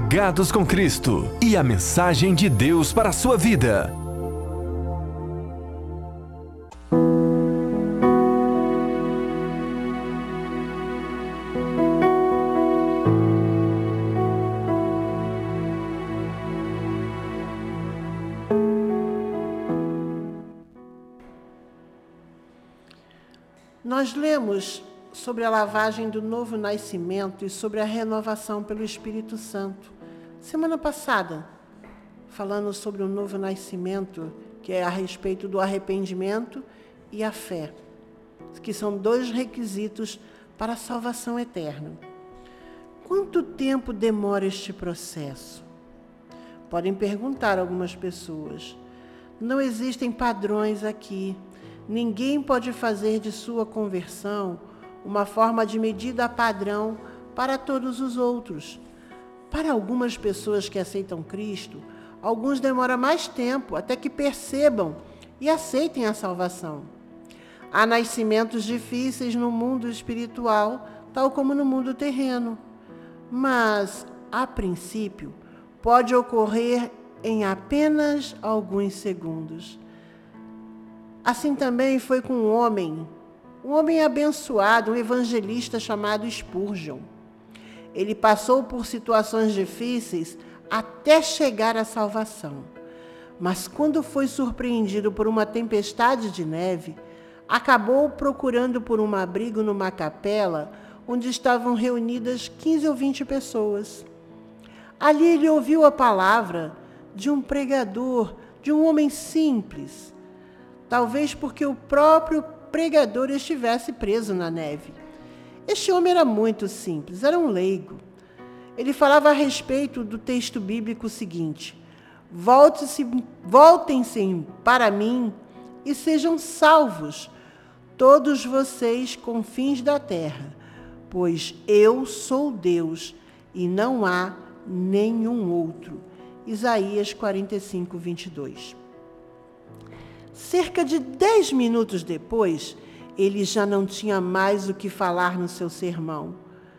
Ligados com Cristo e a mensagem de Deus para a sua vida. Nós lemos sobre a lavagem do novo nascimento e sobre a renovação pelo Espírito Santo. Semana passada, falando sobre o novo nascimento, que é a respeito do arrependimento e a fé, que são 2 requisitos para a salvação eterna. Quanto tempo demora este processo? Podem perguntar algumas pessoas. Não existem padrões aqui. Ninguém pode fazer de sua conversão uma forma de medida padrão para todos os outros. Para algumas pessoas que aceitam Cristo, alguns demoram mais tempo até que percebam e aceitem a salvação. Há nascimentos difíceis no mundo espiritual, tal como no mundo terreno. Mas, a princípio, pode ocorrer em apenas alguns segundos. Assim também foi com um homem abençoado, um evangelista chamado Spurgeon. Ele passou por situações difíceis até chegar à salvação. Mas quando foi surpreendido por uma tempestade de neve, acabou procurando por um abrigo numa capela onde estavam reunidas 15 ou 20 pessoas. Ali ele ouviu a palavra de um pregador, de um homem simples, talvez porque o próprio pregador estivesse preso na neve. Este homem era muito simples, era um leigo. Ele falava a respeito do texto bíblico seguinte: voltem-se para mim e sejam salvos, todos vocês confins da terra, pois eu sou Deus e não há nenhum outro. Isaías 45, 22. Cerca de 10 minutos depois, ele já não tinha mais o que falar no seu sermão.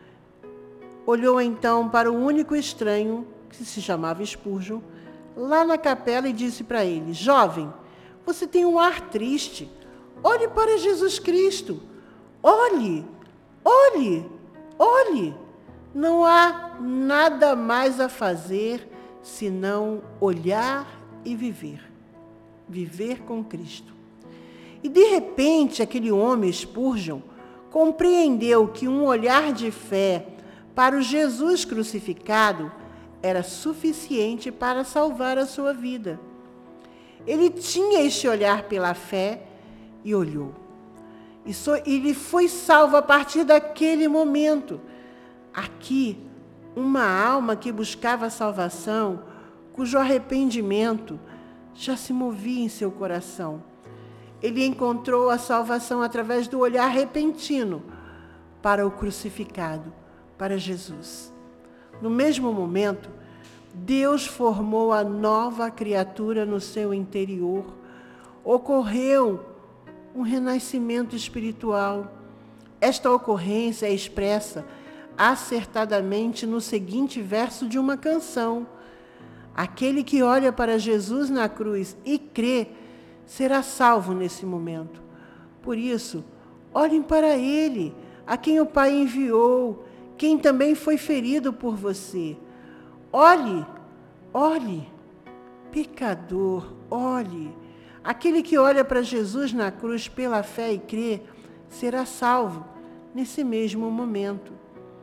Olhou então para o único estranho, que se chamava Spurgeon, lá na capela e disse para ele: jovem, você tem um ar triste. Olhe para Jesus Cristo. Olhe, olhe, olhe. Não há nada mais a fazer senão olhar e viver. Viver com Cristo. E de repente aquele homem, Spurgeon, compreendeu que um olhar de fé para o Jesus crucificado era suficiente para salvar a sua vida. Ele tinha este olhar pela fé e olhou. E ele foi salvo a partir daquele momento. Aqui, uma alma que buscava a salvação, cujo arrependimento já se movia em seu coração. Ele encontrou a salvação através do olhar repentino para o crucificado, para Jesus. No mesmo momento, Deus formou a nova criatura no seu interior. Ocorreu um renascimento espiritual. Esta ocorrência é expressa acertadamente no seguinte verso de uma canção: aquele que olha para Jesus na cruz e crê, será salvo nesse momento. Por isso, olhem para Ele, a quem o Pai enviou, quem também foi ferido por você. Olhe, olhe, pecador, olhe. Aquele que olha para Jesus na cruz pela fé e crê, será salvo nesse mesmo momento.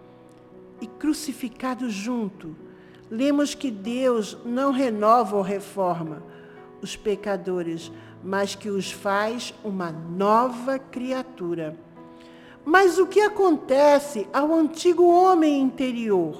E crucificado junto, lemos que Deus não renova ou reforma os pecadores, mas que os faz uma nova criatura. Mas o que acontece ao antigo homem interior?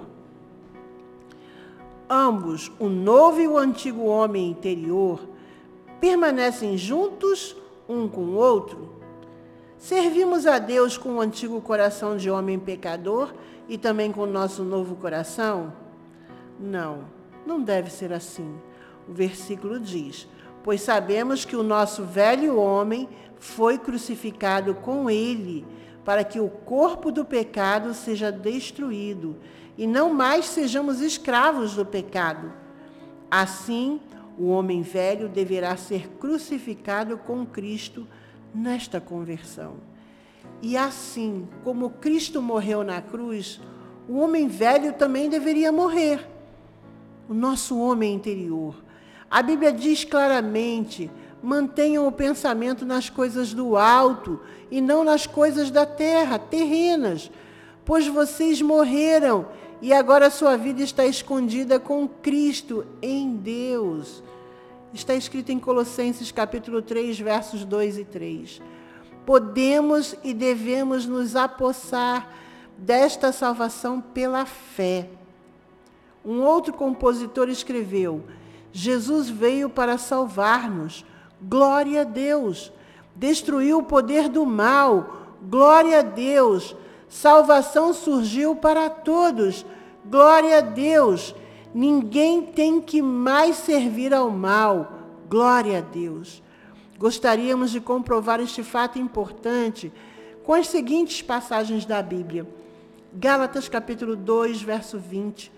Ambos, o novo e o antigo homem interior, permanecem juntos um com o outro? Servimos a Deus com o antigo coração de homem pecador e também com o nosso novo coração? Não, não deve ser assim. O versículo diz: pois sabemos que o nosso velho homem foi crucificado com ele, para que o corpo do pecado seja destruído e não mais sejamos escravos do pecado. Assim, o homem velho deverá ser crucificado com Cristo nesta conversão. E assim como Cristo morreu na cruz, o homem velho também deveria morrer. O nosso homem interior. A Bíblia diz claramente: mantenham o pensamento nas coisas do alto e não nas coisas da terra, terrenas, pois vocês morreram e agora a sua vida está escondida com Cristo em Deus. Está escrito em Colossenses capítulo 3, versos 2 e 3. Podemos e devemos nos apossar desta salvação pela fé. Um outro compositor escreveu: Jesus veio para salvar-nos, glória a Deus. Destruiu o poder do mal, glória a Deus. Salvação surgiu para todos, glória a Deus. Ninguém tem que mais servir ao mal, glória a Deus. Gostaríamos de comprovar este fato importante com as seguintes passagens da Bíblia. Gálatas capítulo 2, verso 20.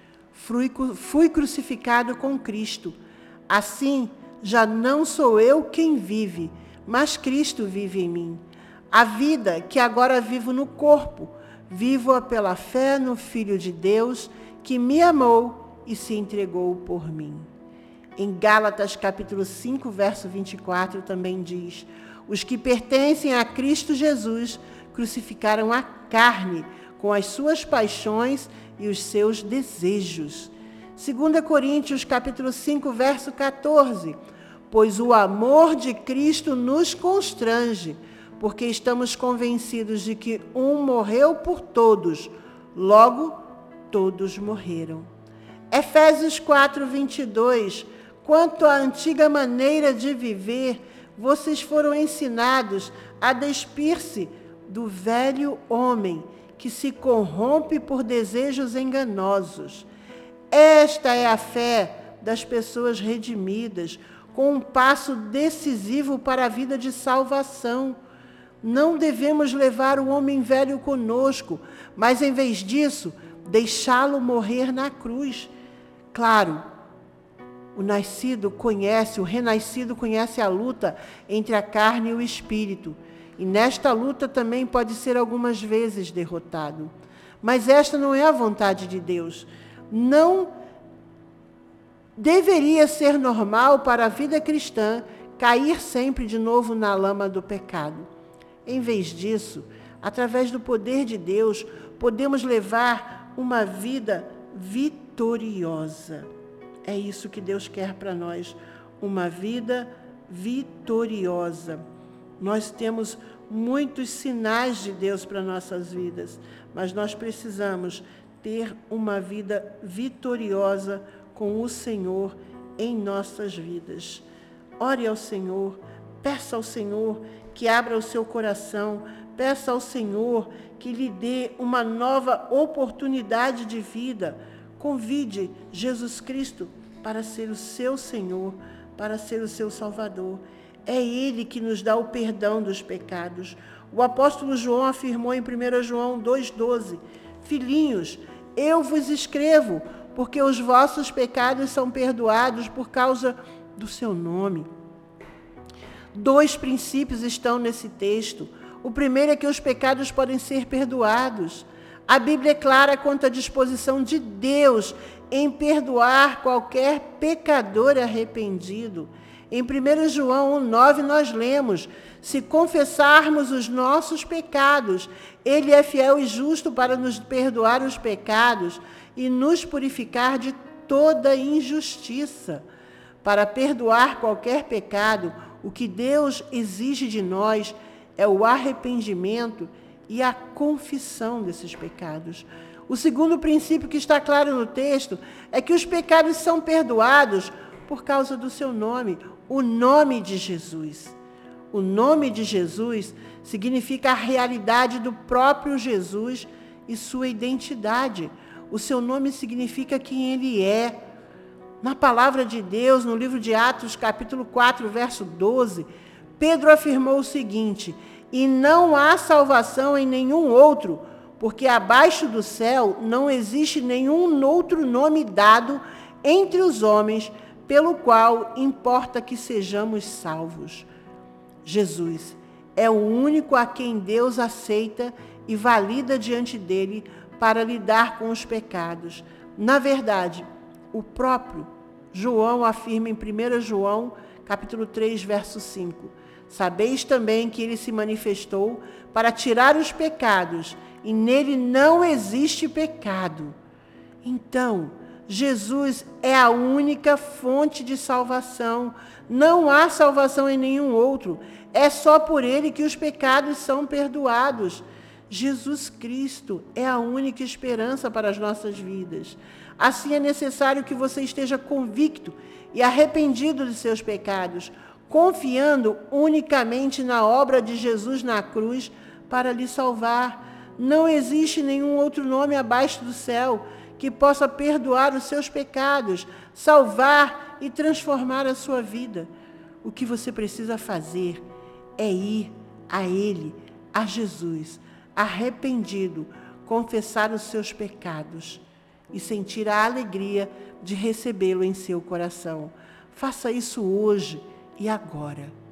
Fui crucificado com Cristo. Assim, já não sou eu quem vive, mas Cristo vive em mim. A vida que agora vivo no corpo, vivo-a pela fé no Filho de Deus, que me amou e se entregou por mim. Em Gálatas capítulo 5, verso 24, também diz: os que pertencem a Cristo Jesus crucificaram a carne com as suas paixões e os seus desejos. 2 Coríntios capítulo 5, verso 14. Pois o amor de Cristo nos constrange, porque estamos convencidos de que um morreu por todos, logo todos morreram. Efésios 4, 22. Quanto à antiga maneira de viver, vocês foram ensinados a despir-se do velho homem, que se corrompe por desejos enganosos. Esta é a fé das pessoas redimidas, com um passo decisivo para a vida de salvação. Não devemos levar o homem velho conosco, mas, em vez disso, deixá-lo morrer na cruz. Claro, o renascido conhece a luta entre a carne e o espírito. E nesta luta também pode ser algumas vezes derrotado. Mas esta não é a vontade de Deus. Não deveria ser normal para a vida cristã cair sempre de novo na lama do pecado. Em vez disso, através do poder de Deus, podemos levar uma vida vitoriosa. É isso que Deus quer para nós, uma vida vitoriosa. Nós temos muitos sinais de Deus para nossas vidas, mas nós precisamos ter uma vida vitoriosa com o Senhor em nossas vidas. Ore ao Senhor, peça ao Senhor que abra o seu coração, peça ao Senhor que lhe dê uma nova oportunidade de vida. Convide Jesus Cristo para ser o seu Senhor, para ser o seu Salvador. É Ele que nos dá o perdão dos pecados. O apóstolo João afirmou em 1 João 2,12: filhinhos, eu vos escrevo, porque os vossos pecados são perdoados por causa do seu nome. 2 princípios estão nesse texto. O primeiro é que os pecados podem ser perdoados. A Bíblia é clara quanto à disposição de Deus em perdoar qualquer pecador arrependido. Em 1 João 1,9 nós lemos: se confessarmos os nossos pecados, Ele é fiel e justo para nos perdoar os pecados e nos purificar de toda injustiça. Para perdoar qualquer pecado, o que Deus exige de nós é o arrependimento e a confissão desses pecados. O segundo princípio que está claro no texto é que os pecados são perdoados por causa do seu nome, o nome de Jesus. O nome de Jesus significa a realidade do próprio Jesus e sua identidade. O seu nome significa quem Ele é. Na palavra de Deus, no livro de Atos, capítulo 4, verso 12, Pedro afirmou o seguinte: e não há salvação em nenhum outro, porque abaixo do céu não existe nenhum outro nome dado entre os homens, pelo qual importa que sejamos salvos. Jesus é o único a quem Deus aceita e valida diante dele para lidar com os pecados. Na verdade, o próprio João afirma em 1 João, capítulo 3, verso 5, sabeis também que ele se manifestou para tirar os pecados, e nele não existe pecado. Então, Jesus é a única fonte de salvação. Não há salvação em nenhum outro. É só por ele que os pecados são perdoados. Jesus Cristo é a única esperança para as nossas vidas. Assim é necessário que você esteja convicto e arrependido de seus pecados, confiando unicamente na obra de Jesus na cruz para lhe salvar. Não existe nenhum outro nome abaixo do céu que possa perdoar os seus pecados, salvar e transformar a sua vida. O que você precisa fazer é ir a Ele, a Jesus, arrependido, confessar os seus pecados e sentir a alegria de recebê-lo em seu coração. Faça isso hoje e agora.